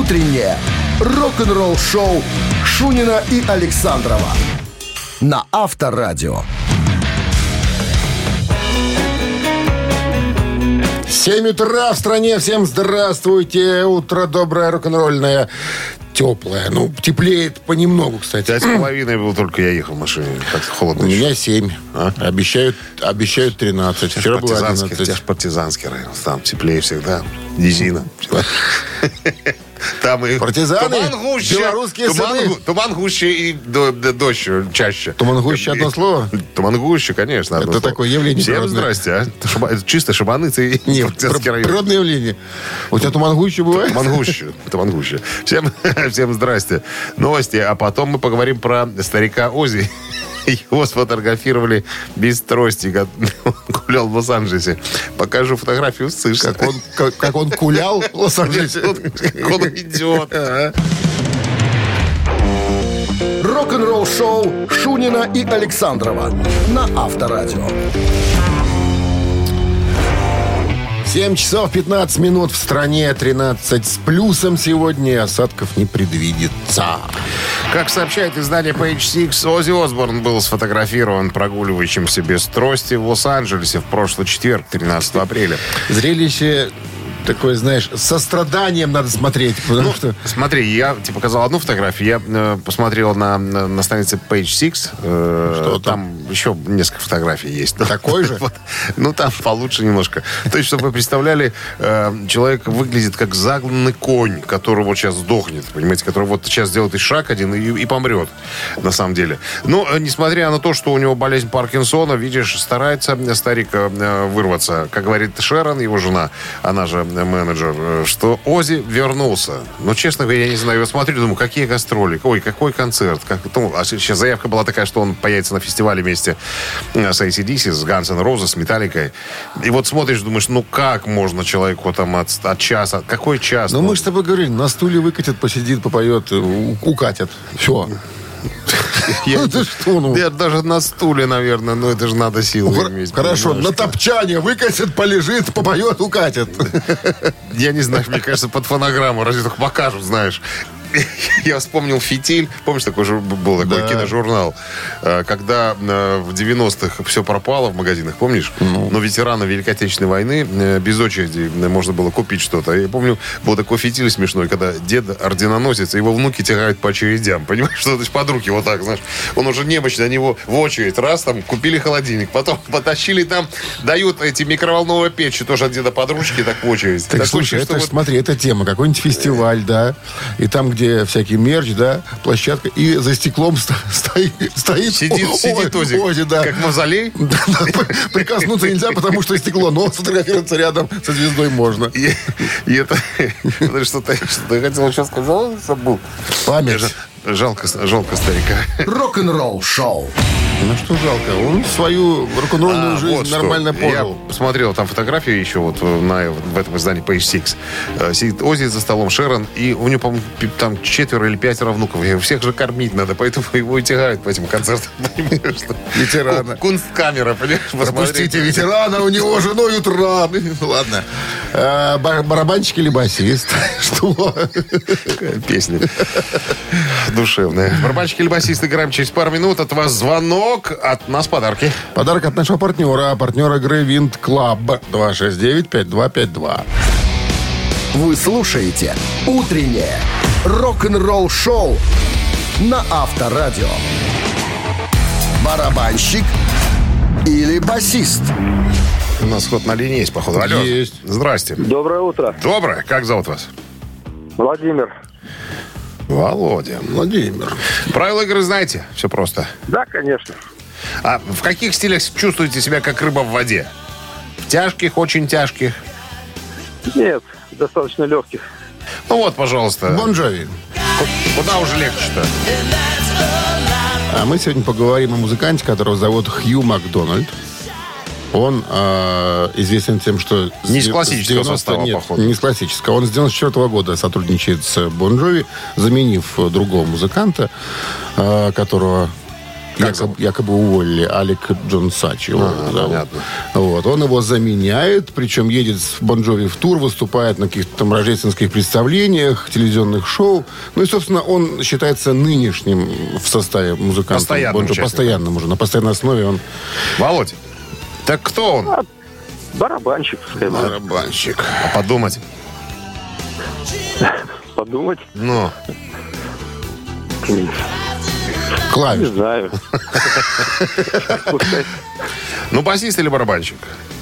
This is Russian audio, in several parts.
утреннее рок-н-ролл-шоу Шунина и Александрова на Авторадио. 7 утра в стране. Всем здравствуйте. Утро доброе, рок-н-ролльное. Теплое. Ну, теплеет понемногу, кстати. 5,5 был, только я ехал в машине. Как холодно. У меня 7. А? Обещают 13. Вчера было 11. У тебя же партизанский район. Там теплее всегда. Низина. Там и партизаны, туман гуще, белорусские сыны. Туман гуще и дождь чаще. Туман гуще одно слово? Туман гуще, конечно. Это такое явление Всем природное. здрасте, а. Чисто шабаныцы и партизанский район. Природное явление. У тебя туман гуще бывает? Туман гуще. Всем здрасте. Новости, а потом мы поговорим про старика Оззи. Его сфотографировали без трости, как он гулял в Лос-Анджелесе. Покажу фотографию, услышишь. Как он гулял в Лос-Анджелесе. Как он идет. Рок-н-ролл-шоу Шунина и Александрова на Авторадио. 7 часов 15 минут в стране, 13 с плюсом сегодня, осадков не предвидится. Как сообщает издание Page Six, Оззи Осборн был сфотографирован прогуливающимся без трости в Лос-Анджелесе в прошлый четверг, 13 апреля. Зрелище такое, знаешь, с состраданием надо смотреть, потому что... Смотри, я тебе показал одну фотографию, я посмотрел на странице Page Six, что там еще несколько фотографий есть. Такой же? Ну, там получше немножко. То есть, чтобы вы представляли, человек выглядит как загнанный конь, который вот сейчас сдохнет, понимаете, который вот сейчас сделает и шаг один и помрет, на самом деле. Но, несмотря на то, что у него болезнь Паркинсона, видишь, старается старик вырваться. Как говорит Шерон, его жена, она же менеджер, что Оззи вернулся. Но, честно говоря, я не знаю, я смотрю, думаю, какие гастроли, ой, какой концерт. А сейчас заявка была такая, что он появится на фестивале вместе с AC/DC, с Guns N' Roses, с Металликой. И вот смотришь, думаешь, ну как можно человеку там от часа, какой час? Ну, мы же с тобой говорили, на стуле выкатит, посидит, попоет, укатит. Все. Я даже на стуле, наверное, но это же надо силы иметь. Хорошо, на топчане выкатит, полежит, попоет, укатит. Я не знаю, мне кажется, под фонограмму разве только покажут, знаешь. Я вспомнил «Фитиль». Помнишь, такой же был такой киножурнал? Когда в 90-х все пропало в магазинах, помнишь? Но ветераны Великой Отечественной войны без очереди можно было купить что-то. Я помню, был такой «Фитиль» смешной, когда дед орденоносец, его внуки тягают по очередям. Понимаешь, что то есть под руки вот так, знаешь. Он уже немощный, на него в очередь. Раз, там, купили холодильник. Потом потащили там, дают эти микроволновые печи тоже от деда под ручки, так в очередь. Так, слушай, это, смотри, это тема. Какой-нибудь фестиваль, да, и там, где всякий мерч, да, площадка, и за стеклом стоит Сидит Оззи, да. Как мавзолей. Прикоснуться нельзя, потому что стекло, но сфотографироваться рядом со звездой можно. И это... Что-то я хотел сейчас сказать, забыл. Память. Жалко старика. Рок-н-ролл-шоу. Ну что жалко, он свою рок-н-ролльную жизнь вот нормально пожил. Я посмотрел там фотографии еще вот в этом издании Page Six. Сидит Оззи за столом, Шерон, и у него, по-моему, там 4 или 5 внуков. Всех же кормить надо, поэтому его и тягают по этим концертам. Ветерана. Кунсткамера, понимаешь? Пропустите ветерана, у него женой раны. Ладно. Барабанщик или басист? Что? Песня душевная. Барабанщик или басист, играем через пару минут. От вас звонок, от нас подарки. Подарок от нашего партнера игры Wind Club 269-5252. Вы слушаете «Утреннее рок-н-ролл-шоу» на Авторадио. Барабанщик или басист? У нас ход на линии есть, походу. Алло. Есть. Здрасте. Доброе утро. Доброе. Как зовут вас? Владимир. Володя. Владимир. Правила игры знаете? Все просто. Да, конечно. А в каких стилях чувствуете себя как рыба в воде? В тяжких, очень тяжких? Нет, достаточно легких. Ну вот, пожалуйста. Бон Джови. Куда уже легче-то? А мы сегодня поговорим о музыканте, которого зовут Хью Макдональд. Он известен тем, что... Не с классического состава, походу. Не с классического. Он с 94 года сотрудничает с Бон Джови, заменив другого музыканта, которого якобы уволили. Алек Джонсачи. Понятно. Вот. Он его заменяет, причем едет с Бон Джови в тур, выступает на каких-то там рождественских представлениях, телевизионных шоу. Ну и, собственно, он считается нынешним в составе музыкантов. Постоянным уже. На постоянной основе он... Володя, так кто он? Барабанщик, пускай будет. Барабанщик. А подумать? Подумать? Ну. Клавиш. Не знаю. Пускай. Ну, басист или барабанщик?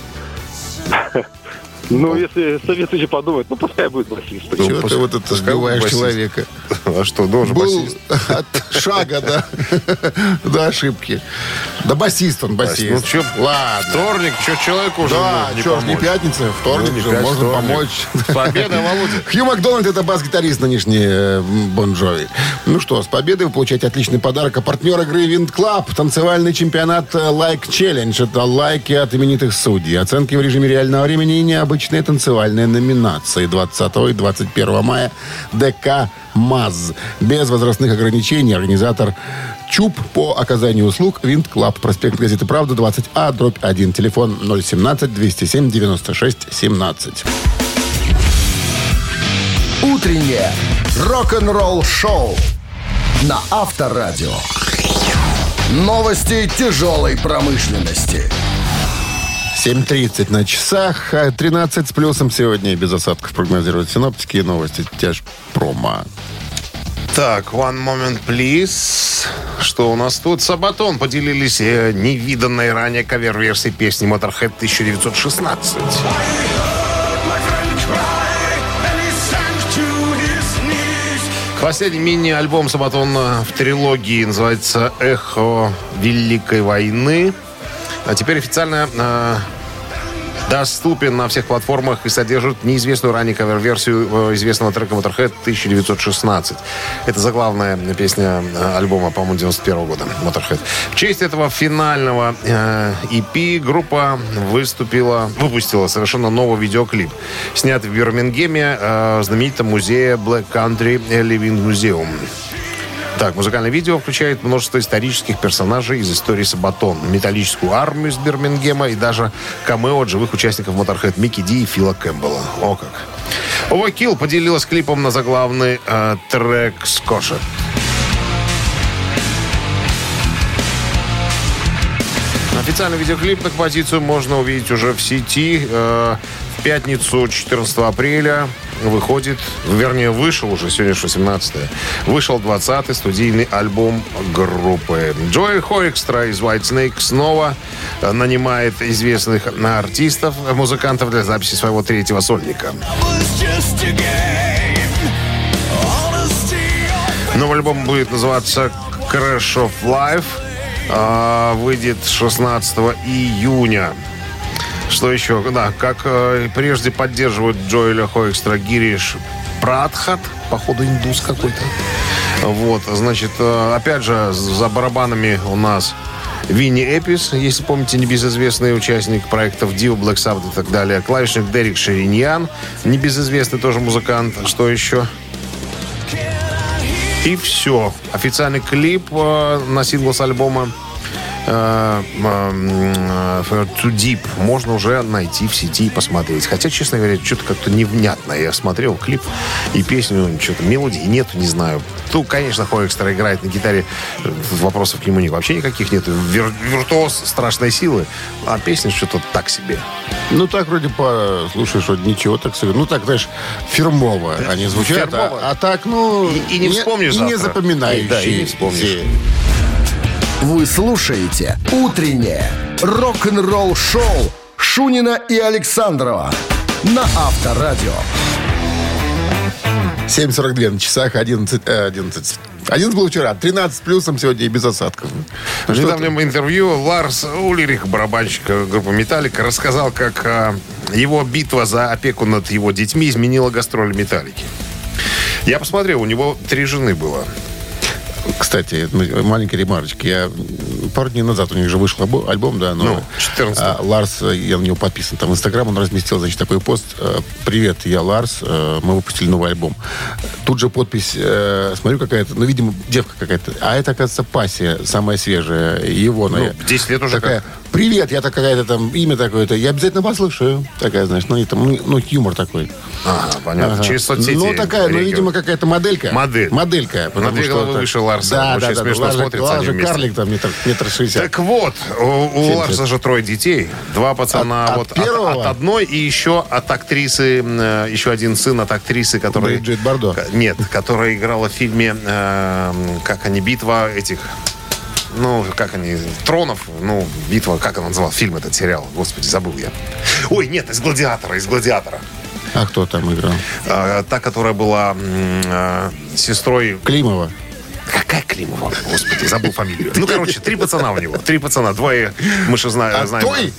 Ну, если советующий подумать, пускай будет басист. Чего ты вот это сбиваешь басист. человека? А что, должен Был басист? от шага до ошибки. Да басист он, басист. Ну, что, ладно. Вторник, что человеку уже Да, не что ж, не помочь? пятница, вторник Ну, же, опять можно вторник. помочь. С победой, Володя. Хью Макдональд — это бас-гитарист нынешний Бон Джови. Ну что, с победой вы получаете отличный подарок. А партнер игры Wind Club — танцевальный чемпионат Like Challenge. Это лайки от именитых судей. Оценки в режиме реального времени и необычные танцевальные номинации. 20 и 21 мая ДК МАЗ. Без возрастных ограничений. Организатор ЧУП по оказанию услуг Wind Club. Проспект газеты «Правда», 20А, дробь 1. Телефон 017-207-96-17. Утреннее рок-н-ролл-шоу на Авторадио. Новости тяжелой промышленности. 7:30 на часах. 13 с плюсом сегодня. И без осадков прогнозируют синоптики. Новости Тяжпрома. Так, one moment, please. Что у нас тут? Сабатон поделились невиданной ранее кавер-версией песни Motorhead 1916. Последний мини-альбом Сабатон в трилогии называется «Эхо Великой войны». А теперь официально доступен на всех платформах и содержит неизвестную ранее кавер-версию известного трека Motorhead 1916. Это заглавная песня альбома, по-моему, 91 года Motorhead. В честь этого финального EP группа выпустила совершенно новый видеоклип, снятый в Бирмингеме в знаменитом музее Black Country Living Museum. Так, музыкальное видео включает множество исторических персонажей из истории Сабатон, металлическую армию из Бирмингема и даже камео от живых участников Motorhead Микки Ди и Фила Кэмпбелла. О как! Overkill поделилась клипом на заглавный трек «Скоша». Официальный видеоклип на композицию можно увидеть уже в сети. В пятницу, 14 апреля, вышел уже, сегодня 18-е, вышел 20-й студийный альбом группы. Джоэль Хоэкстра из Whitesnake снова нанимает известных артистов, музыкантов для записи своего третьего сольника. Новый альбом будет называться Crash of Life. Выйдет 16 июня. Что еще? Да, как прежде поддерживают Джоэля Хоэкстра Гириш Пратхат, походу индус какой-то. Вот, значит, опять же, за барабанами у нас Винни Эпис, если помните, небезызвестный участник проектов Dio, Black Sabbath и так далее. Клавишник Дерек Шериньян, небезызвестный тоже музыкант. Что еще? И все. Официальный клип на сингл с альбома Too Deep можно уже найти в сети и посмотреть. Хотя, честно говоря, что-то как-то невнятно. Я смотрел клип и песню, что-то мелодии нету, не знаю. Ну, конечно, Хоэкстер играет на гитаре, вопросов к нему вообще никаких нету. Виртуоз страшной силы, а песня что-то так себе. Ну, так вроде послушаешь, вот ничего так себе. Ну, так, знаешь, фирмово они звучат. Фирмово. А так, ну... И не вспомнишь и завтра. не запоминающие. Да, и не вспомнишь. Вы слушаете «Утреннее рок-н-ролл-шоу» Шунина и Александрова на Авторадио. 7:42 на часах, 11 было вчера, 13 плюсом сегодня и без осадков. В недавнем интервью Ларс Ульрих, барабанщик группы «Металлика», рассказал, как его битва за опеку над его детьми изменила гастроли «Металлики». Я посмотрел, у него 3 жены было. Кстати, маленькая ремарочка. Я пару дней назад у них же вышел альбом, да, новый. 14. Ларс, я на него подписан, там в Инстаграм он разместил, значит, такой пост. «Привет, я Ларс, мы выпустили новый альбом». Тут же подпись, смотрю, какая-то, ну, видимо, девка какая-то. А это, оказывается, Пассия, самая свежая, его. 10 лет уже такая, «Привет, я какая-то там, имя такое-то, я обязательно послушаю». Такая, знаешь, ну, юмор такой. Ага, понятно. Ага. Через соцсети. Ну, такая, видимо, какая-то моделька. На Моделька. 2 головы выше Ларса. Очень смешно смотрится они вместе. Карлик там метр 60. Так вот, у Ларса же 3 детей. 2 пацана От первого? от одной и еще от актрисы, еще один сын от актрисы, который... Бриджит Бардо? Нет, которая играла в фильме, как они, «Битва» этих... Ну, как они, «Тронов», ну, «Битва», как она называлась, фильм этот, сериал, господи, забыл я. Ой, нет, из «Гладиатора». А кто там играл? Та, которая была сестрой... Климова. Какая Климова? Господи, забыл фамилию. Ну, короче, 3 пацана у него. 3 пацана. 2 мы же знаем. Той?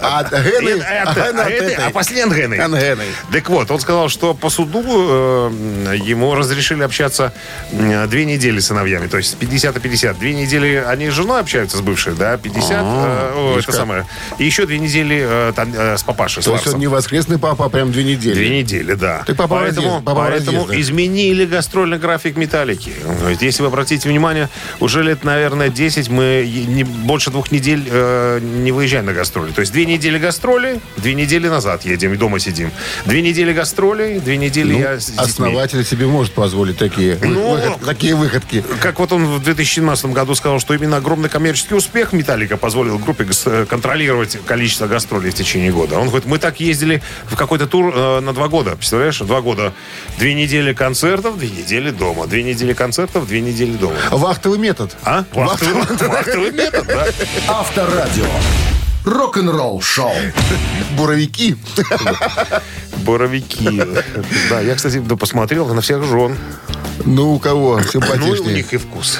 А последний Гены. Так вот, он сказал, что по суду ему разрешили общаться 2 недели с сыновьями. То есть 50 и 50. 2 недели они с женой общаются, с бывшей, да? 50. Это самое. И еще 2 недели с папашей, с То есть он Ларсом. не воскресный папа, а прям 2 недели. 2 недели, да. Ты папа Поэтому разъезда. изменили гастрольный график «Металлики». Он говорит, если вы обратите внимание, уже лет, наверное, 10 мы больше 2 недель не выезжаем на гастроли. То есть 2 недели гастроли, 2 недели назад едем и дома сидим. 2 недели гастролей, 2 недели я с детьми. Основатель себе может позволить такие выходки. Как вот он в 2017 году сказал, что именно огромный коммерческий успех «Металлика» позволил группе контролировать количество гастролей в течение года. Он говорит, мы так ездили в какой-то тур на 2 года. Представляешь, 2 года. 2 недели концертов, 2 недели дома. 2 недели концертов, 2 недели дома. Вахтовый метод. А? Вахтовый метод, да? Авторадио. Рок-н-ролл шоу. Буровики. Боровики. Да, я, кстати, посмотрел на всех жен. Ну, у кого Ну, симпатичнее? у них и вкус.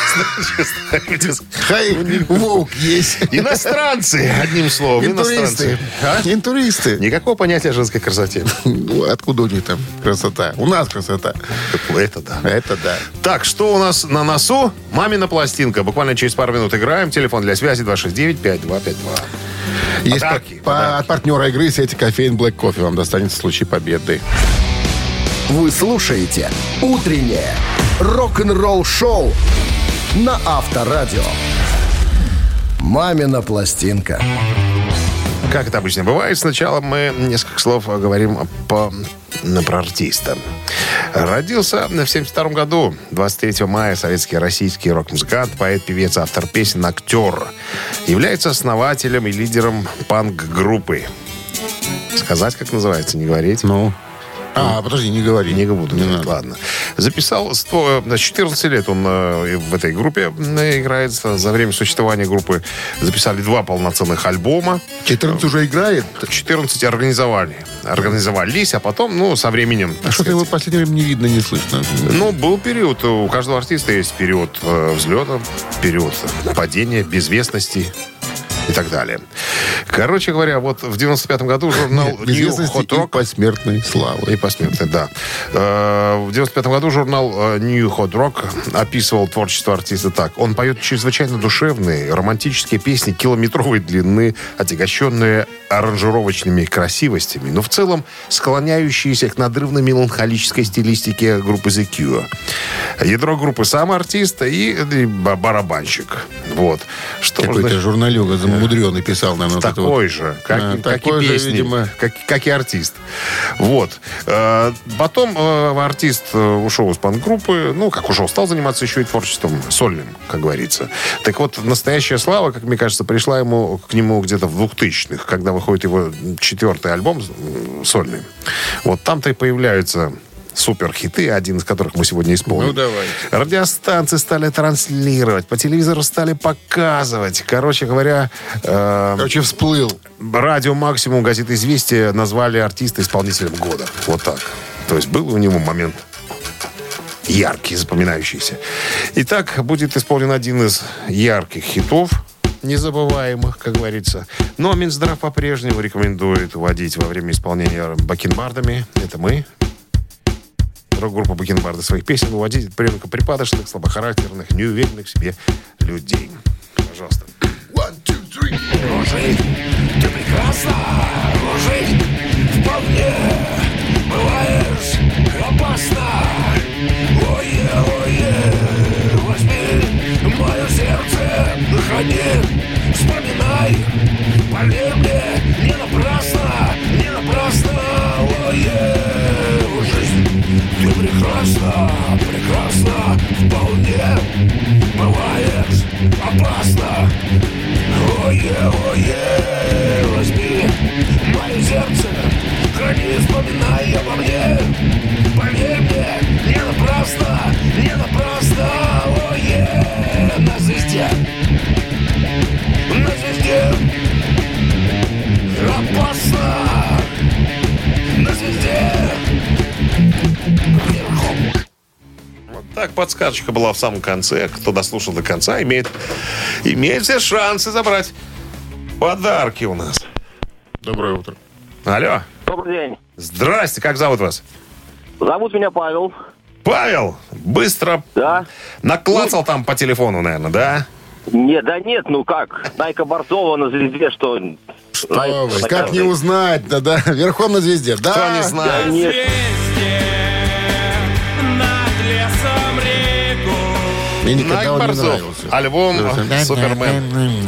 Хай, волк есть. Иностранцы, одним словом. Интуристы. Интуристы. Никакого понятия о женской красоте. Ну, откуда у них там красота? У нас красота. Это да. Это да. Так, что у нас на носу? «Мамина пластинка». Буквально через пару минут играем. Телефон для связи 269-5252. Есть Подарки. от партнера игры сети «Кофеин Black Coffee» вам достанется в случае победы. Вы слушаете «Утреннее рок-н-ролл-шоу» на Авторадио. «Мамина пластинка». Как это обычно бывает, сначала мы несколько слов говорим про артиста. Родился в 1972 году, 23 мая, советский российский рок-музыкант, поэт, певец, автор песен, актер. Является основателем и лидером панк-группы. Сказать, как называется, не говорить? Ну... подожди, не говори. Не буду говорить, ладно. Записал, 14 лет он в этой группе играет. За время существования группы записали 2 полноценных альбома. 14 уже играет? 14 организовались, а потом, со временем... А что-то его в последнее время не видно, не слышно. Был период. У каждого артиста есть период взлета, период падения, безвестности и так далее. Короче говоря, вот в 95-м году журнал New Hot Rock... И посмертной славы. И посмертной, да. В 95-м году журнал New Hot Rock описывал творчество артиста так. Он поет чрезвычайно душевные, романтические песни километровой длины, отягощенные аранжировочными красивостями, но в целом склоняющиеся к надрывно-меланхолической стилистике группы The Cure. Ядро группы сам артист и барабанщик. Вот. Какой-то журналюга замудренный писал, наверное, такой же, как и песни, видимо. как и артист. Вот. Потом артист ушел из панк-группы. Как ушел, стал заниматься еще и творчеством сольным, как говорится. Так вот, настоящая слава, как мне кажется, пришла к нему где-то в 2000-х, когда выходит его 4-й альбом сольный. Вот там-то и появляются суперхиты, один из которых мы сегодня исполним. Давайте. Радиостанции стали транслировать, по телевизору стали показывать. Короче говоря... всплыл. Радио «Максимум», газета «Известия» назвали артиста исполнителем года. Вот так. То есть был у него момент яркий, запоминающийся. Итак, будет исполнен один из ярких хитов, незабываемых, как говорится. Но Минздрав по-прежнему рекомендует водить во время исполнения бакенбардами. Это мы. Рок-группа «Бакенбарды» своих песен выводить от приемка припадочных, слабохарактерных, неуверенных в себе людей. Пожалуйста. One, two, three. Жизнь, ты прекрасна, жизнь вполне бываешь опасна. Ое, возьми мое сердце, храни, вспоминай, поверь мне, не напрасно, ое, жизнь, ты прекрасна, вполне бываешь опасна. Ое, возьми мое сердце, храни, вспоминай обо мне. Поверь мне, не напрасно, ое, на звезде, опасно, на звезде, верхом. Вот так подсказочка была в самом конце. Кто дослушал до конца, имеет все шансы забрать подарки у нас. Доброе утро. Алло. Добрый день. Здрасте, как зовут вас? Зовут меня Павел. Павел, быстро Да. наклацал там по телефону, наверное, да? Нет, ну как? Найка Борцова на звезде, что... Что вы, как не узнать, да, верхом на звезде, да? Кто не знает? Конечно. Мне никогда Найк он не Борцов. нравился. Альбом «Супермен».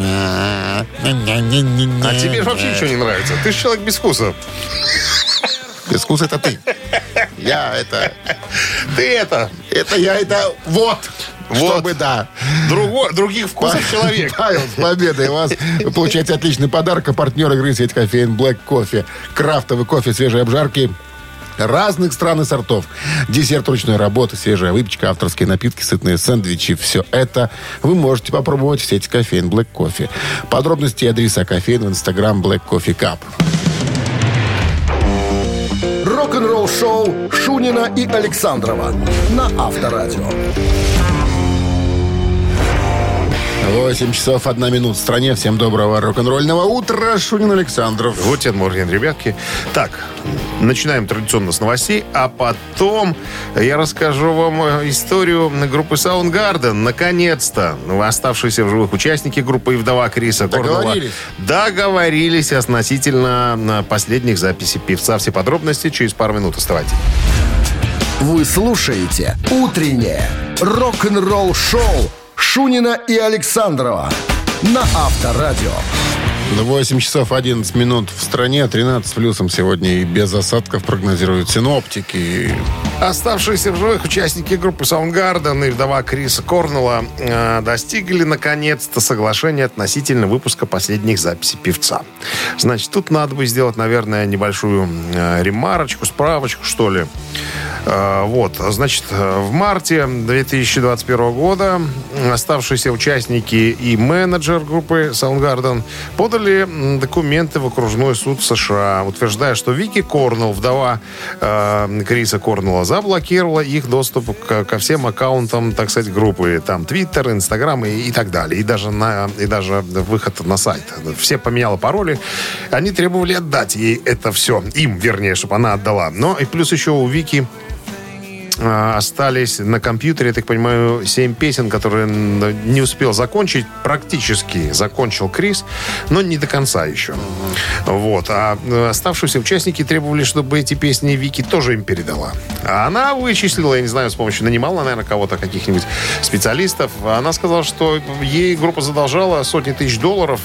А тебе же вообще ничего не нравится. Ты же человек без вкуса. Без вкуса это ты. Я это... Ты это... Это я это... Вот. Чтобы, да. Других вкусов человек. Павел, с победой вас. Вы получаете отличный подарок. А партнер игры сеть кофеин Black Coffee. Крафтовый кофе свежей обжарки разных стран и сортов. Десерт ручной работы, свежая выпечка, авторские напитки, сытные сэндвичи. Все это вы можете попробовать в сети кофеин Black Coffee. Подробности и адреса кофеин в Instagram Black Coffee Cup. Рок-н-ролл-шоу Шунина и Александрова на Авторадио. 8 часов 1 минута в стране. Всем доброго рок-н-ролльного утра. Шунин Александров. Гутен Морген, ребятки. Так, начинаем традиционно с новостей, а потом я расскажу вам историю группы Soundgarden. Наконец-то оставшиеся в живых участники группы и вдова Криса Корнелла договорились относительно последних записей певца. Все подробности через пару минут. Оставайтесь. Вы слушаете «Утреннее рок-н-ролл-шоу» Шунина и Александрова на Авторадио. 8 часов 11 минут в стране, 13 плюсом сегодня и без осадков прогнозируют синоптики. Оставшиеся в живых участники группы Soundgarden и вдова Криса Корнелла достигли наконец-то соглашения относительно выпуска последних записей певца. Значит, тут надо бы сделать, наверное, небольшую ремарочку, справочку, что ли. Вот, значит, в марте 2021 года оставшиеся участники и менеджер группы Soundgarden подали документы в окружной суд США, утверждая, что Вики Корнелл, вдова Криса Корнелла, заблокировала их доступ ко всем аккаунтам, так сказать, группы. Там Твиттер, Инстаграм и так далее. И даже выход на сайт. Все поменяла пароли. Они требовали отдать ей это все. Им, вернее, чтобы она отдала. Но и плюс еще у Вики остались на компьютере, я так понимаю, 7 песен, которые не успел закончить. Практически закончил Крис, но не до конца еще. Вот. А оставшиеся участники требовали, чтобы эти песни Вики тоже им передала. А она вычислила, я не знаю, с помощью нанимала, наверное, кого-то, каких-нибудь специалистов. Она сказала, что ей группа задолжала сотни тысяч долларов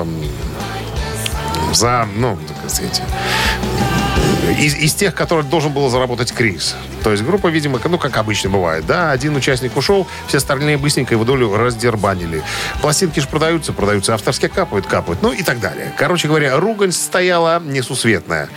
за, так сказать, из тех, которые должен был заработать Крис. То есть группа, видимо, как обычно бывает, да, один участник ушел, все остальные быстренько его долю раздербанили. Пластинки же продаются, авторские капают, ну и так далее. Короче говоря, ругань стояла несусветная.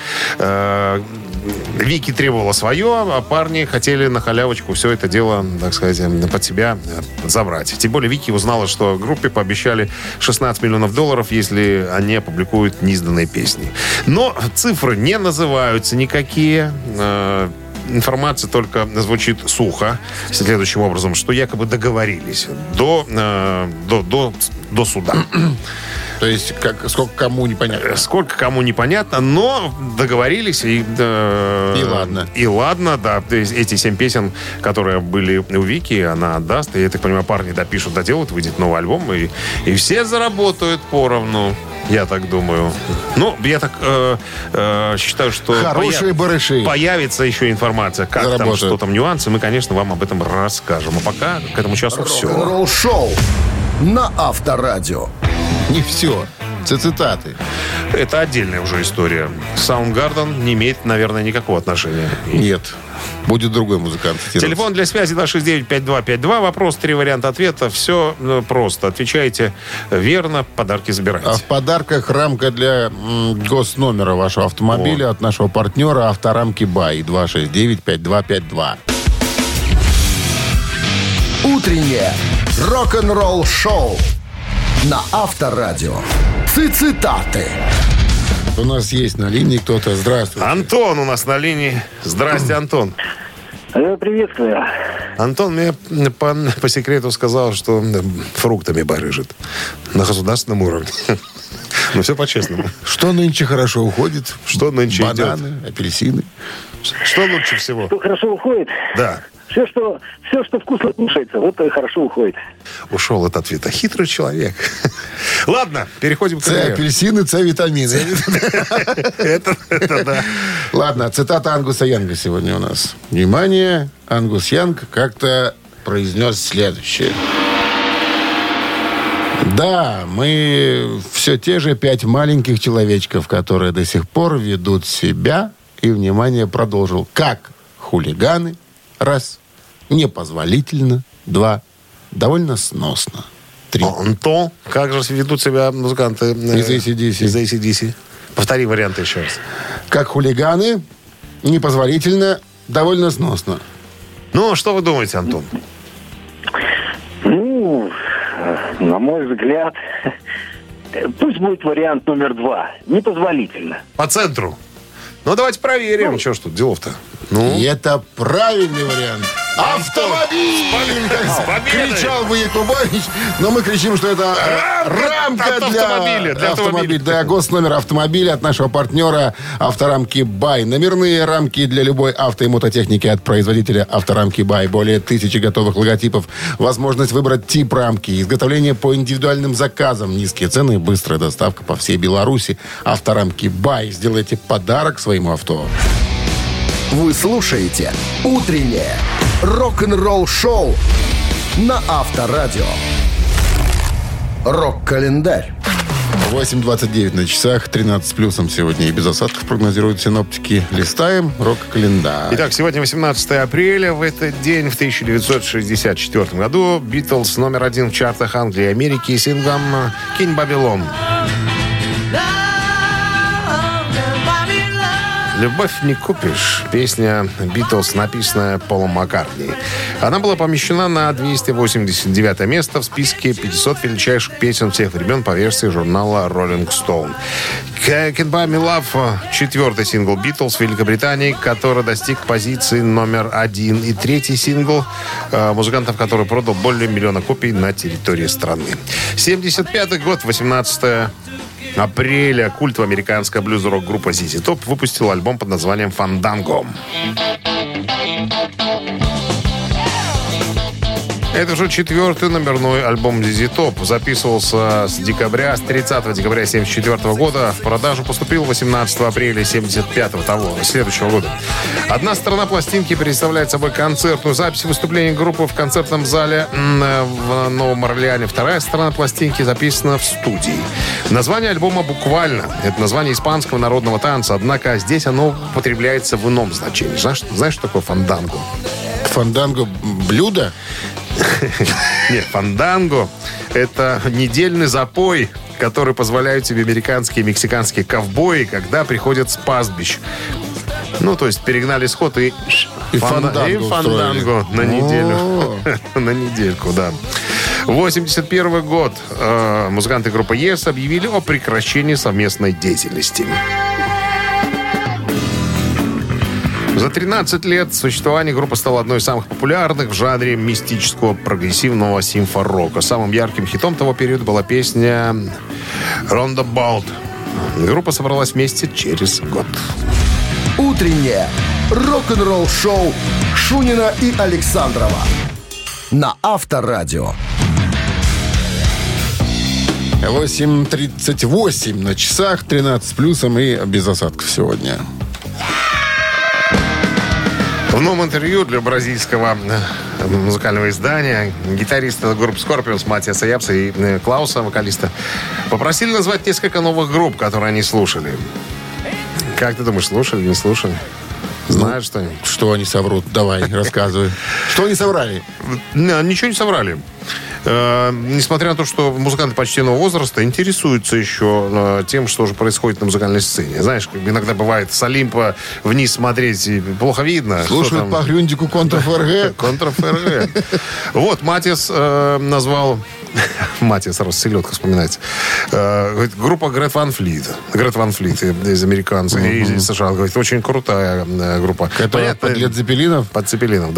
Вики требовала свое, а парни хотели на халявочку все это дело, так сказать, под себя забрать. Тем более Вики узнала, что группе пообещали $16 миллионов, если они опубликуют неизданные песни. Но цифры не называются никакие. Информация только звучит сухо, следующим образом, что якобы договорились до до суда. То есть, сколько кому непонятно. Сколько кому непонятно, но договорились. И ладно. И ладно, да. То есть эти 7 песен, которые были у Вики, она отдаст. И, я так понимаю, парни допишут, доделают, выйдет новый альбом. И все заработают поровну. Я так думаю. Ну, я так считаю, что Хорошие барыши. появится еще информация, как Заработают. там, что там, нюансы. Мы, конечно, вам об этом расскажем. А пока к этому часу все. Рок-н-ролл-шоу на Авторадио. Не все. Цитаты. Это отдельная уже история. Soundgarden не имеет, наверное, никакого отношения. Нет. Будет другой музыкант цитироваться. Телефон для связи 269-5252. Вопрос, 3 варианта ответа. Все просто. Отвечаете верно, подарки забирайте. А в подарках рамка для госномера вашего автомобиля от нашего партнера «Авторамки Бай». 269-5252. Утреннее рок-н-ролл-шоу на Авторадио. Цитаты. У нас есть на линии кто-то. Здравствуйте. Антон у нас на линии. Здрасте, Антон. Приветствую. Антон мне по секрету сказал, что фруктами барыжит на государственном уровне. Ну, все по-честному. Что нынче хорошо уходит? Что нынче Бананы, апельсины. Что лучше всего? Что хорошо уходит? Да. Все, что вкусно кушается, вот и хорошо уходит. Ушел от ответа. Хитрый человек. Ладно, переходим к игре. Апельсины, витамины. Это да. Ладно, цитата Ангуса Янга сегодня у нас. Внимание, Ангус Янг как-то произнес следующее. Да, мы все те же 5 маленьких человечков, которые до сих пор ведут себя, и, внимание, продолжил, как хулиганы, 1, непозволительно, 2, довольно сносно, 3. Антон, как же ведут себя музыканты Из AC/DC. Из AC/DC. Повтори варианты еще раз. Как хулиганы, непозволительно, довольно сносно. Ну, что вы думаете, Антон? Ну, на мой взгляд, пусть будет вариант номер 2. Непозволительно. По центру. Ну, давайте проверим. Что ж тут, делов-то? Ну, И это правильный вариант. Автомобиль! С победой! Кричал бы Якубович, но мы кричим, что это рамка от автомобиля, для автомобиля. Да, госномер автомобиля от нашего партнера «Авторамки Бай». Номерные рамки для любой авто- и мототехники от производителя «Авторамки Бай». Более 1000 готовых логотипов. Возможность выбрать тип рамки. Изготовление по индивидуальным заказам. Низкие цены и быстрая доставка по всей Беларуси. «Авторамки Бай». Сделайте подарок своему авто. Вы слушаете «Утреннее рок-н-ролл-шоу» на Авторадио. Рок-календарь. 8:29 на часах, 13 с плюсом сегодня и без осадков прогнозируют синоптики. Листаем рок-календарь. Итак, сегодня 18 апреля. В этот день, в 1964 году, Битлз номер 1 в чартах Англии и Америки синглом «Кинь Бабилон». «Любовь не купишь» — песня «Битлз», написанная Полом Маккартни. Она была помещена на 289 место в списке 500 величайших песен всех времен по версии журнала Rolling Stone. «Can't Buy Me Love» — 4-й сингл «Битлз» в Великобритании, который достиг позиции номер 1. И 3-й сингл музыкантов, который продал более 1 миллиона копий на территории страны. 75-й год, 18 апреля, культовая американская блюз-рок группа ZZ Top выпустила альбом под названием «Фанданго». Это уже 4-й номерной альбом ZZ Top. Записывался с 30 декабря 1974 года. В продажу поступил 18 апреля 1975 следующего года. Одна сторона пластинки представляет собой концертную запись выступления группы в концертном зале в Новом Орлеане. Вторая сторона пластинки записана в студии. Название альбома буквально. Это название испанского народного танца. Однако здесь оно употребляется в ином значении. Знаешь, что такое фанданго? Фанданго блюдо? Нет, фанданго — это недельный запой, который позволяют себе американские и мексиканские ковбои, когда приходят с пастбищ. Ну, то есть перегнали скот и фанданго на неделю. На недельку, да. 81 год. Музыканты группы Yes объявили о прекращении совместной деятельности. За 13 лет существования группа стала одной из самых популярных в жанре мистического прогрессивного симфорока. Самым ярким хитом того периода была песня «Roundabout». Группа собралась вместе через год. Утреннее рок-н-ролл-шоу Шунина и Александрова на Авторадио. 8:38 на часах, 13 с плюсом и без осадков сегодня. В новом интервью для бразильского музыкального издания гитариста группы Scorpions Матиаса Япса и Клауса, вокалиста, попросили назвать несколько новых групп, которые они слушали. Как ты думаешь, слушали, не слушали? Знаешь что-нибудь? Что они соврут? Давай, рассказывай. Что они соврали? Ничего не соврали. Несмотря на то, что музыканты почтенного возраста интересуются еще тем, что же происходит на музыкальной сцене. Знаешь, иногда бывает с Олимпа вниз смотреть и плохо видно. Слушают по Грюндику контр-ФРГ. Контр-ФРГ. Вот, Матис назвал... Матис сразу селедка вспоминается. Группа Грет Ван Флит. Грет Ван Флит из американцев и из США. Говорит, очень крутая группа. Которая под Лед Зеппелинов? Под Зеппелинов,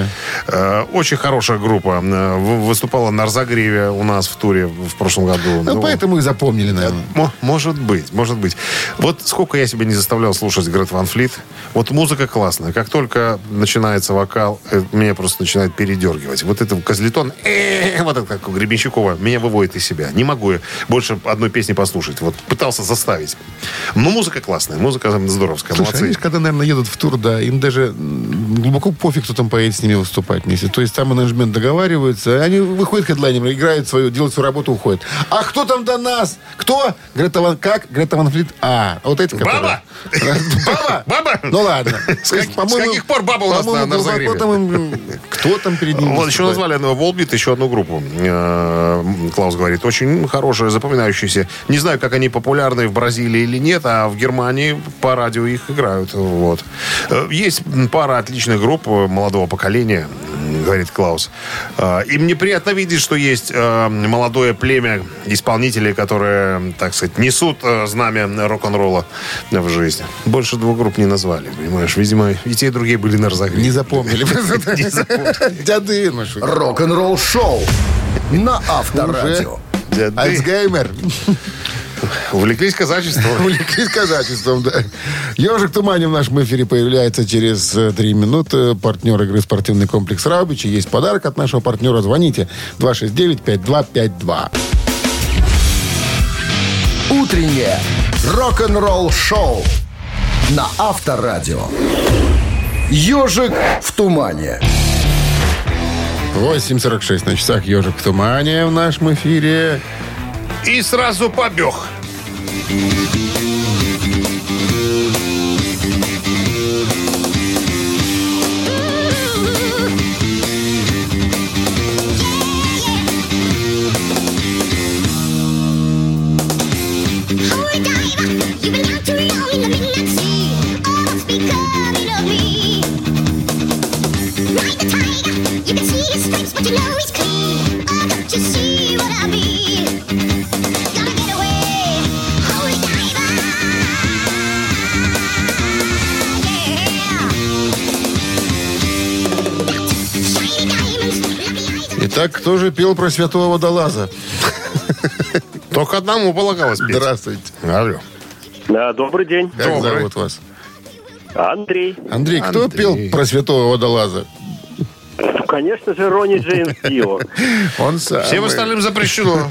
да. Очень хорошая группа. Выступала на разогреве у нас в туре в прошлом году. Ну, поэтому и запомнили, наверное. Может быть. Вот сколько я себя не заставлял слушать Грет Ван Флит. Вот музыка классная. Как только начинается вокал, меня просто начинает передергивать. Вот это козлетон, вот это как у Гребенщикова, меня выводит из себя. Не могу я больше одной песни послушать. Вот пытался заставить. Но музыка классная, музыка здоровская. Слушай, молодцы. они, когда, наверное, едут в тур, да, им даже глубоко пофиг, кто там поедет с ними выступать вместе. То есть там менеджмент договаривается, они выходят хедлайнеры, играют свою, делают свою работу, уходят. А кто там до нас? Кто? Грета Ван Флит? Вот эти, которые... Баба! Баба? Баба? Ну ладно. С каких пор баба у нас на разогреве? Кто там перед ними? Вот еще назвали Волбит, еще одну группу. Клаус говорит, очень хорошая, запоминающаяся. Не знаю, как они популярны в Бразилии или нет, а в Германии по радио их играют. Вот. Есть пара отличных групп молодого поколения, говорит Клаус. И мне приятно видеть, что есть молодое племя исполнителей, которые, так сказать, несут знамя рок-н-ролла в жизнь. Больше двух групп не назвали, понимаешь? Видимо, и те, и другие были на разогреве. Не запомнили. Дяды наши. Рок-н-ролл-шоу на Авторадио. Альцгеймер. Увлеклись казачеством. Увлеклись казачеством, да. «Ежик в тумане» в нашем эфире появляется через 3 минуты. Партнер игры «Спортивный комплекс Раубичи». Есть подарок от нашего партнера. Звоните 269-5252. Утреннее рок-н-ролл-шоу на Авторадио. «Ежик в тумане». 8:46 на часах. «Ежик в тумане» в нашем эфире. И сразу побег. Итак, кто же пел про святого водолаза? Только одному полагалось петь. Здравствуйте. Алло. Да, добрый день. Как Добрый. зовут вас? Андрей. Андрей, кто Андрей. пел про святого водолаза? Ну, конечно же, Ронни Джеймс Дио. Он сам. Всем остальным запрещено.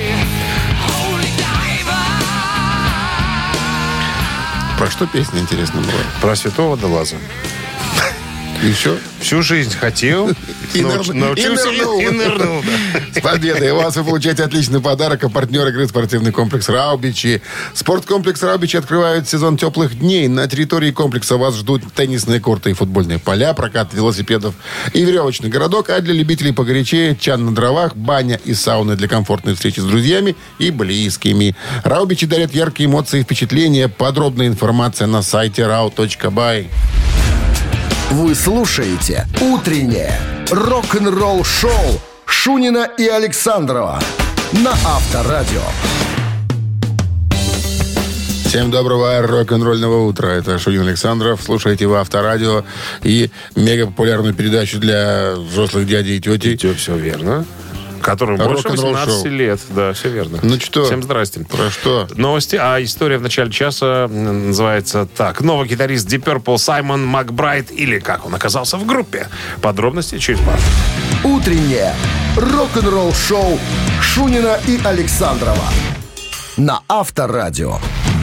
Про что песня, интересно, была? Про святого водолаза. Еще? Всю жизнь хотел, И научился нырнул. и нырнул. С победой! У вас вы получаете отличный подарок. А партнер игры «Спортивный комплекс Раубичи». Спорткомплекс Раубичи открывает сезон теплых дней. На территории комплекса вас ждут теннисные корты и футбольные поля, прокат велосипедов и веревочный городок. А для любителей погорячее чан на дровах, баня и сауны для комфортной встречи с друзьями и близкими. Раубичи дарят яркие эмоции и впечатления. Подробная информация на сайте rau.by. Вы слушаете «Утреннее рок-н-ролл-шоу» Шунина и Александрова на Авторадио. Всем доброго рок-н-ролльного утра. Это Шунин Александров. Слушайте в Авторадио и мегапопулярную передачу для взрослых дядей и тети. Все верно. Которым больше 18 лет. Да, все верно. Ну что? Всем здрасте. Про что? Новости. А история в начале часа называется так. Новый гитарист Deep Purple Саймон Макбрайд, или как он оказался в группе. Подробности через пару. Утреннее рок-н-ролл-шоу Шунина и Александрова на Авторадио.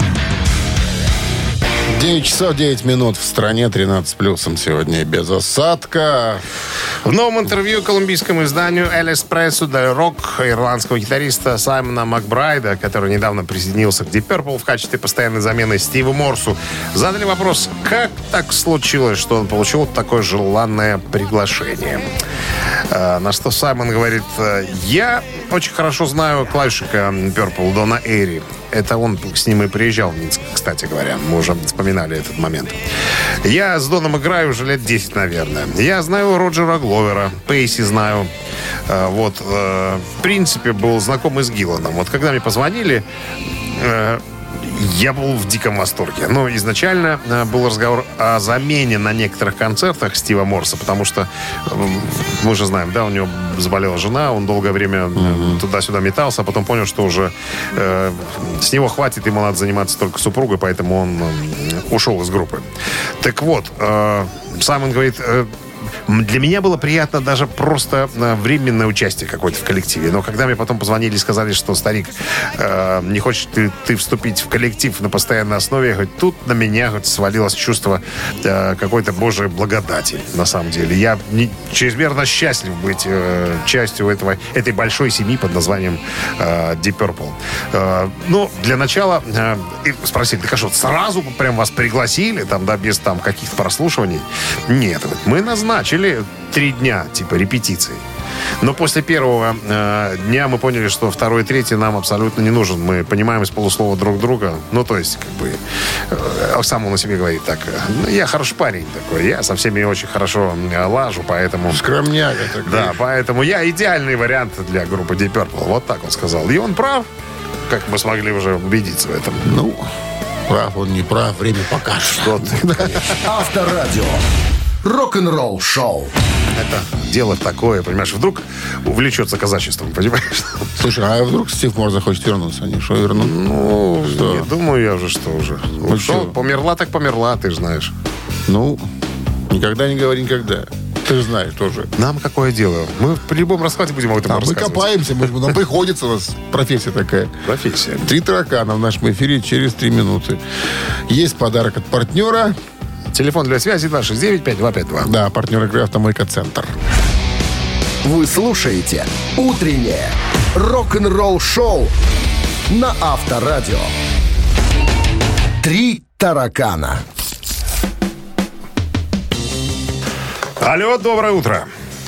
9 часов 9 минут в стране, 13 плюсом сегодня без осадка. В новом интервью колумбийскому изданию «El Expresso del Rock» ирландского гитариста Саймона Макбрайда, который недавно присоединился к Deep Purple в качестве постоянной замены Стиву Морсу, задали вопрос, как так случилось, что он получил такое желанное приглашение. На что Саймон говорит: я очень хорошо знаю клавишника Purple Дона Эйри. Это он с ним и приезжал в Минск, кстати говоря. Мы уже вспоминали этот момент. Я с Доном играю уже лет 10, наверное. Я знаю Роджера Гловера, Пейси знаю. В принципе, был знаком и с Гилланом. Вот когда мне позвонили, я был в диком восторге. Но изначально был разговор о замене на некоторых концертах Стива Морса, потому что, мы же знаем, да, у него заболела жена, он долгое время туда-сюда метался, а потом понял, что уже с него хватит, ему надо заниматься только супругой, поэтому он ушел из группы. Так вот, Саймон говорит... Для меня было приятно даже просто временное участие какое-то в коллективе. Но когда мне потом позвонили и сказали, что, старик, не хочешь ты вступить в коллектив на постоянной основе, хоть тут на меня свалилось чувство какой-то божьей благодати, на самом деле. Я чрезмерно счастлив быть частью этой большой семьи под названием Deep Purple. Для начала спросили, так а что, сразу прям вас пригласили, там, да, без там каких-то прослушиваний? Нет, мы назначили 3 дня, типа, репетиции. Но после первого дня мы поняли, что второй и третий нам абсолютно не нужен. Мы понимаем из полуслова друг друга. Ну, то есть, как бы, сам он о себе говорит так: я хороший парень такой, я со всеми очень хорошо лажу, поэтому... Скромняга такой. Да, поэтому я идеальный вариант для группы Deep Purple. Вот так он сказал. И он прав, как мы смогли уже убедиться в этом. Ну, прав он, не прав, время покажет. Что ты, конечно. Авторадио. Рок-н-ролл шоу. Это дело такое, понимаешь, вдруг увлечется казачеством, понимаешь? Слушай, а вдруг Стив Морс захочет вернуться? Они что, вернут? Ну, не думаю я уже, что уже. Ушел, померла так померла, ты же знаешь. Ну, никогда не говори никогда. Ты же знаешь тоже. Нам какое дело? Мы при любом раскладе будем об этом рассказывать. Мы копаемся, нам приходится, у нас профессия такая. Профессия. 3 таракана в нашем эфире через 3 минуты. Есть подарок от партнера. Телефон для связи 269-5252. Да, партнер игры «Автомойка Центр». Вы слушаете «Утреннее рок-н-ролл-шоу» на Авторадио. 3 таракана. Алло, доброе утро.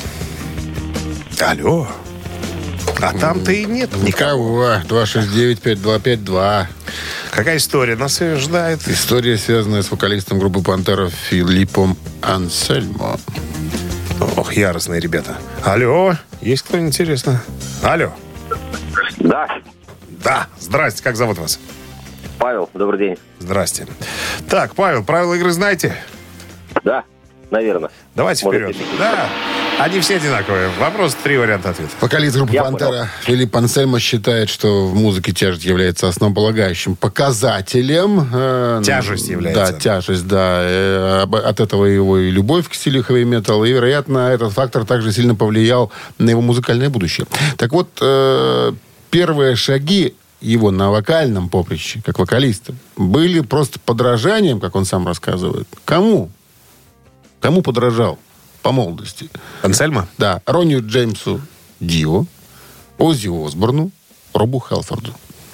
Алло. А там-то и нет никого. 269-5252. Какая история нас ждает? История, связанная с вокалистом группы «Пантера» Филиппом Ансельмо. Ох, яростные ребята. Алло, есть кто интересно? Алло. Да, Да, здрасте, как зовут вас? Павел, добрый день. Здрасте. Так, Павел, правила игры знаете? Да, наверное. Давайте Можете вперед. Да, они все одинаковые. Вопрос, 3 варианта ответа. Вокалист группы Я «Пантера» понял. Филипп Ансельмо считает, что в музыке тяжесть является основополагающим показателем. Тяжесть является. Да, тяжесть, да. От этого его и любовь к стилю хэви-метал. И, вероятно, этот фактор также сильно повлиял на его музыкальное будущее. Так вот, первые шаги его на вокальном поприще, как вокалиста, были просто подражанием, как он сам рассказывает. Кому? Кому подражал по молодости? Ансельмо? Да, Ронни Джеймсу Дио, Оззи Осборну, Робу Хелфорду.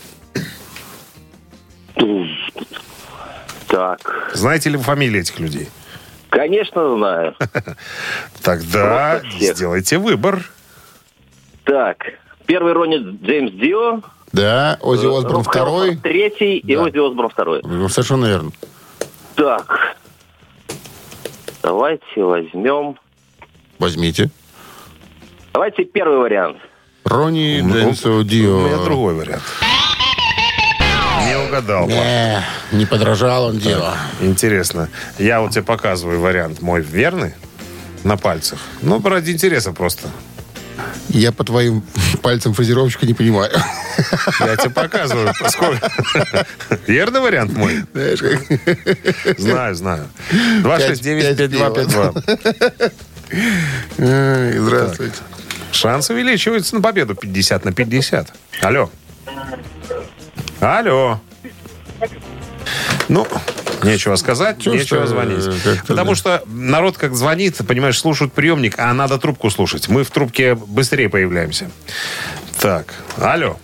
Так, Знаете ли вы фамилии этих людей? конечно, знаю. Тогда Просто всех. сделайте выбор. Так, первый Ронни Джеймс Дио, Да, Оззи Осборн Роб второй. Хелфорд третий и Да. Оззи Осборн второй. Совершенно верно. Так, давайте возьмем... Возьмите. Давайте первый вариант. Ронни Джеймсу У Дио. меня другой вариант. Не угадал. Не подражал он делу. Интересно. Я вот тебе показываю вариант мой верный на пальцах. Ну, ради интереса просто. Я по твоим пальцам фразировщика не понимаю. Я тебе показываю. Верный вариант мой? Знаешь, как... Знаю. 269-5252. Здравствуйте. Шанс увеличивается на победу 50/50. Алло. Ну, нечего сказать, нечего звонить. Потому что народ как звонит, понимаешь, слушают приемник, а надо трубку слушать. Мы в трубке быстрее появляемся. Так, алло.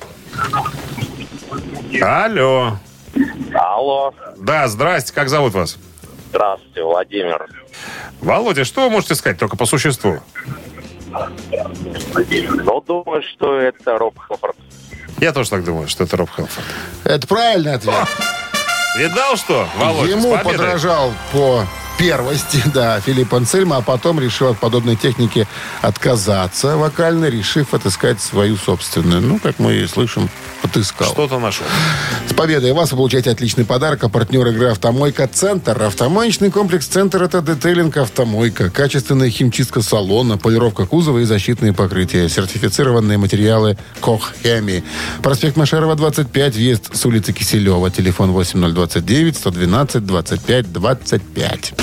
Алло. Да, здрасте, как зовут вас? Здравствуйте, Владимир. Володя, что вы можете сказать, только по существу? Ну, думаю, что это Роб Халфорд. Я тоже так думаю, что это Роб Халфорд. Это правильный ответ. Видал, что, Володя, Ему с победой? подражал по первости, да, Филипп Ансельмо, а потом решил от подобной техники отказаться вокально, решив отыскать свою собственную. Ну, как мы и слышим, отыскал. Что-то нашел. С победой вас вы получаете отличный подарок. А партнер игры «Автомойка Центр». Автомоечный комплекс «Центр» — это детейлинг «Автомойка». Качественная химчистка салона, полировка кузова и защитные покрытия. Сертифицированные материалы «Кох Хеми». Проспект Машерова, 25, въезд с улицы Киселева. Телефон 8029-112-25-25.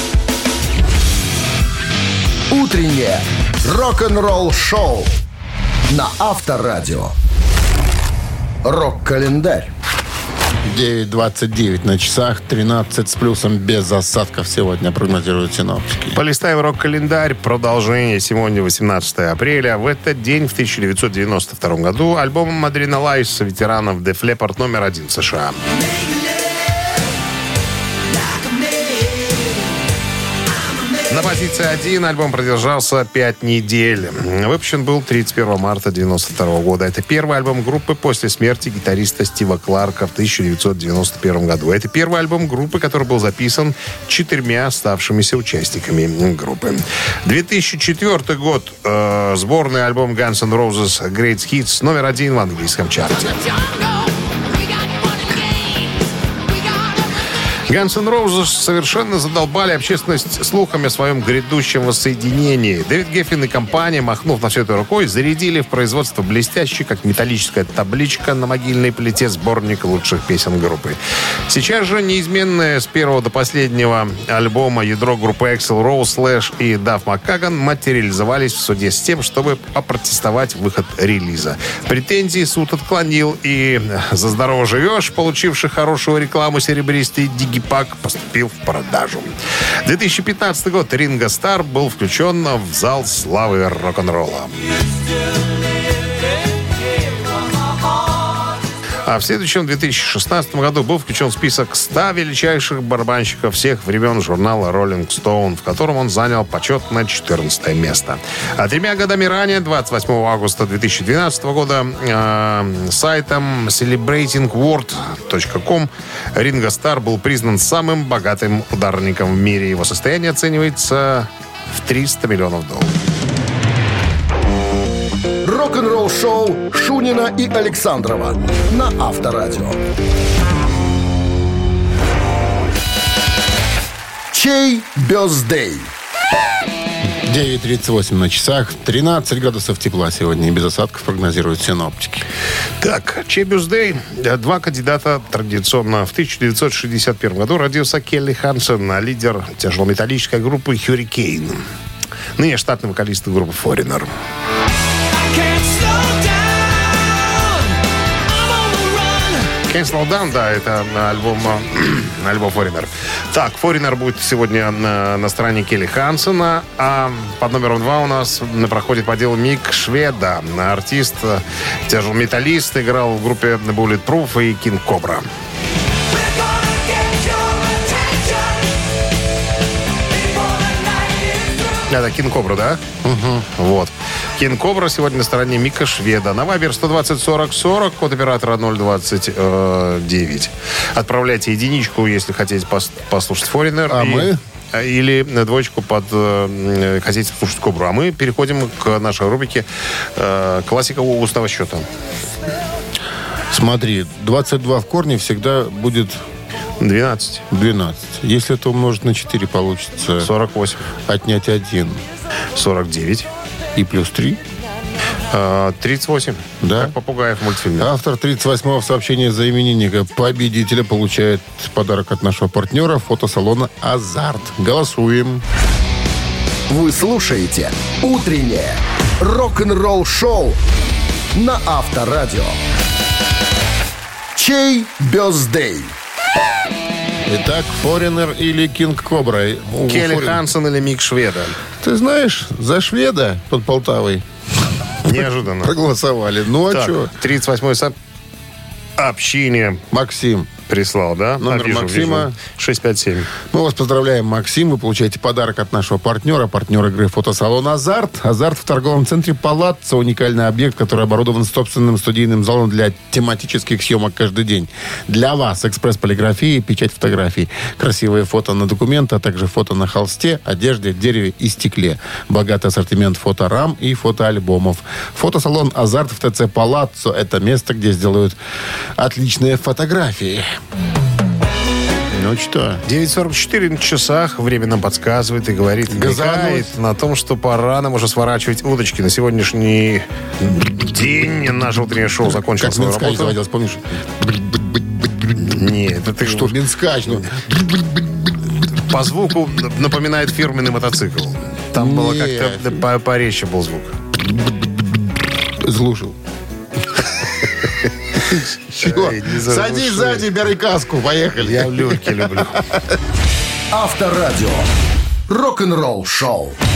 Утреннее рок-н-ролл-шоу на Авторадио. Рок-календарь. 9:29 на часах, 13 с плюсом без осадков сегодня прогнозируют синоптики. Полистаем рок-календарь. Продолжение. Сегодня 18 апреля. В этот день, в 1992 году, альбом Adrenalize ветеранов Def Leppard номер 1 в США. На позиции 1 альбом продержался 5 недель. Выпущен был 31 марта 1992 года. Это первый альбом группы после смерти гитариста Стива Кларка в 1991 году. Это первый альбом группы, который был записан 4 оставшимися участниками группы. 2004 год. Сборный альбом Guns N' Roses Great Hits номер 1 в английском чарте. Guns N' Roses совершенно задолбали общественность слухами о своем грядущем воссоединении. Дэвид Геффин и компания, махнув на все это рукой, зарядили в производство блестящий, как металлическая табличка на могильной плите, сборник лучших песен группы. Сейчас же неизменное с первого до последнего альбома ядро группы Axl Rose, Slash и Duff McKagan материализовались в суде с тем, чтобы опротестовать выход релиза. Претензии суд отклонил, и «За здорово живешь», получивший хорошую рекламу серебристый Диги Пак, поступил в продажу. 2015 год. Ринго Стар был включен в зал славы рок-н-ролла. А в следующем 2016 году был включен в список 100 величайших барабанщиков всех времен журнала Rolling Stone, в котором он занял почетное 14 место. А 3 годами ранее, 28 августа 2012 года, сайтом celebratingworld.com Ринго Стар был признан самым богатым ударником в мире. Его состояние оценивается в $300 миллионов. Рок-н-ролл-шоу Шунина и Александрова на Авторадио. Чей бёздей? 9:38 на часах, 13 градусов тепла сегодня и без осадков прогнозируют синоптики. Так, чей бюстдей? 2 кандидата традиционно. В 1961 году родился Келли Хансен, лидер тяжелометаллической группы Hurricane. Ныне штатный вокалист группы Foreigner. Can't Slow Down, да, это альбом Foreigner. Так, Foreigner будет сегодня на стороне Келли Хансена, а под номером 2 у нас проходит по делу Мик Шведа, артист, тяжелометаллист, играл в группе Bulletproof и King Cobra. Это King Cobra, да? Угу. Вот. King Cobra сегодня на стороне Мика Шведа. На Вайбер 120-40-40, код оператора 029. Отправляйте единичку, если хотите послушать Foreigner. А мы? Или двоечку хотите слушать Кобру. А мы переходим к нашей рубрике «Классика устного счета». Смотри, 22 в корне всегда будет 12. 12. Если это умножить на 4, получится 48. отнять 1 49. и плюс 3. 38. Да. Как попугаев в мультфильме. Автор 38-го сообщения за именинника победителя получает подарок от нашего партнера фотосалона «Азарт». Голосуем. Вы слушаете «Утреннее рок-н-ролл-шоу» на Авторадио. Чей бёздей? Итак, Foreigner или Кинг Кобра? Келли Хансен или Мик Шведа? Ты знаешь, за шведа под Полтавой Неожиданно. проголосовали. Ну а Так, что? 38-й сообщение Максим. прислал, да? Номер Максима. 657. Мы вас поздравляем, Максим. Вы получаете подарок от нашего партнера. Партнер игры фотосалон «Азарт». «Азарт» в торговом центре «Палаццо». Уникальный объект, который оборудован собственным студийным залом для тематических съемок каждый день. Для вас экспресс-полиграфия, печать фотографий. Красивые фото на документы, а также фото на холсте, одежде, дереве и стекле. Богатый ассортимент фоторам и фотоальбомов. Фотосалон «Азарт» в ТЦ «Палаццо» — это место, где сделают отличные фотографии. Ну что? 9:44 на часах. Время нам подсказывает и говорит, намекает на том, что пора нам уже сворачивать удочки. На сегодняшний день наше утреннее шоу закончило Как свою Минскач работу. заводилось, помнишь? Нет, это ты Что, Минскач? Ну, по звуку напоминает фирменный мотоцикл. Там было Нет. как-то порезче был звук. слушал. Чего? Ай, не заглушай. Садись сзади, бери каску, поехали. Я легкий люблю. Авторадио. Рок-н-ролл шоу.